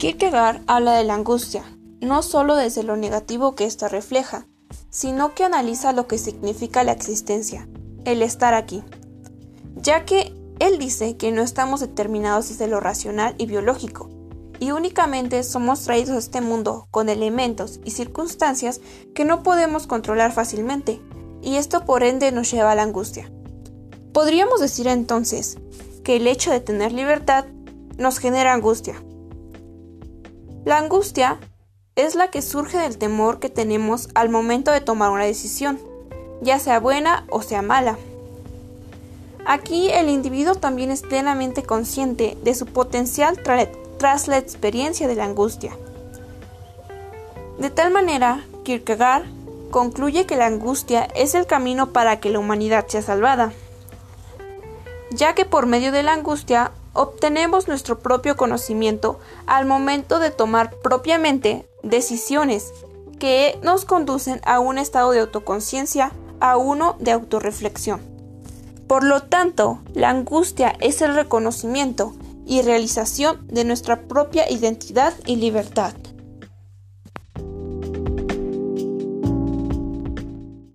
Kierkegaard habla de la angustia, no solo desde lo negativo que ésta refleja, sino que analiza lo que significa la existencia, el estar aquí, ya que él dice que no estamos determinados desde lo racional y biológico, y únicamente somos traídos a este mundo con elementos y circunstancias que no podemos controlar fácilmente, y esto por ende nos lleva a la angustia. Podríamos decir entonces que el hecho de tener libertad nos genera angustia. La angustia es la que surge del temor que tenemos al momento de tomar una decisión, ya sea buena o sea mala. Aquí el individuo también es plenamente consciente de su potencial tras la experiencia de la angustia. De tal manera, Kierkegaard concluye que la angustia es el camino para que la humanidad sea salvada, ya que por medio de la angustia obtenemos nuestro propio conocimiento al momento de tomar propiamente decisiones que nos conducen a un estado de autoconciencia, a uno de autorreflexión. Por lo tanto, la angustia es el reconocimiento y realización de nuestra propia identidad y libertad.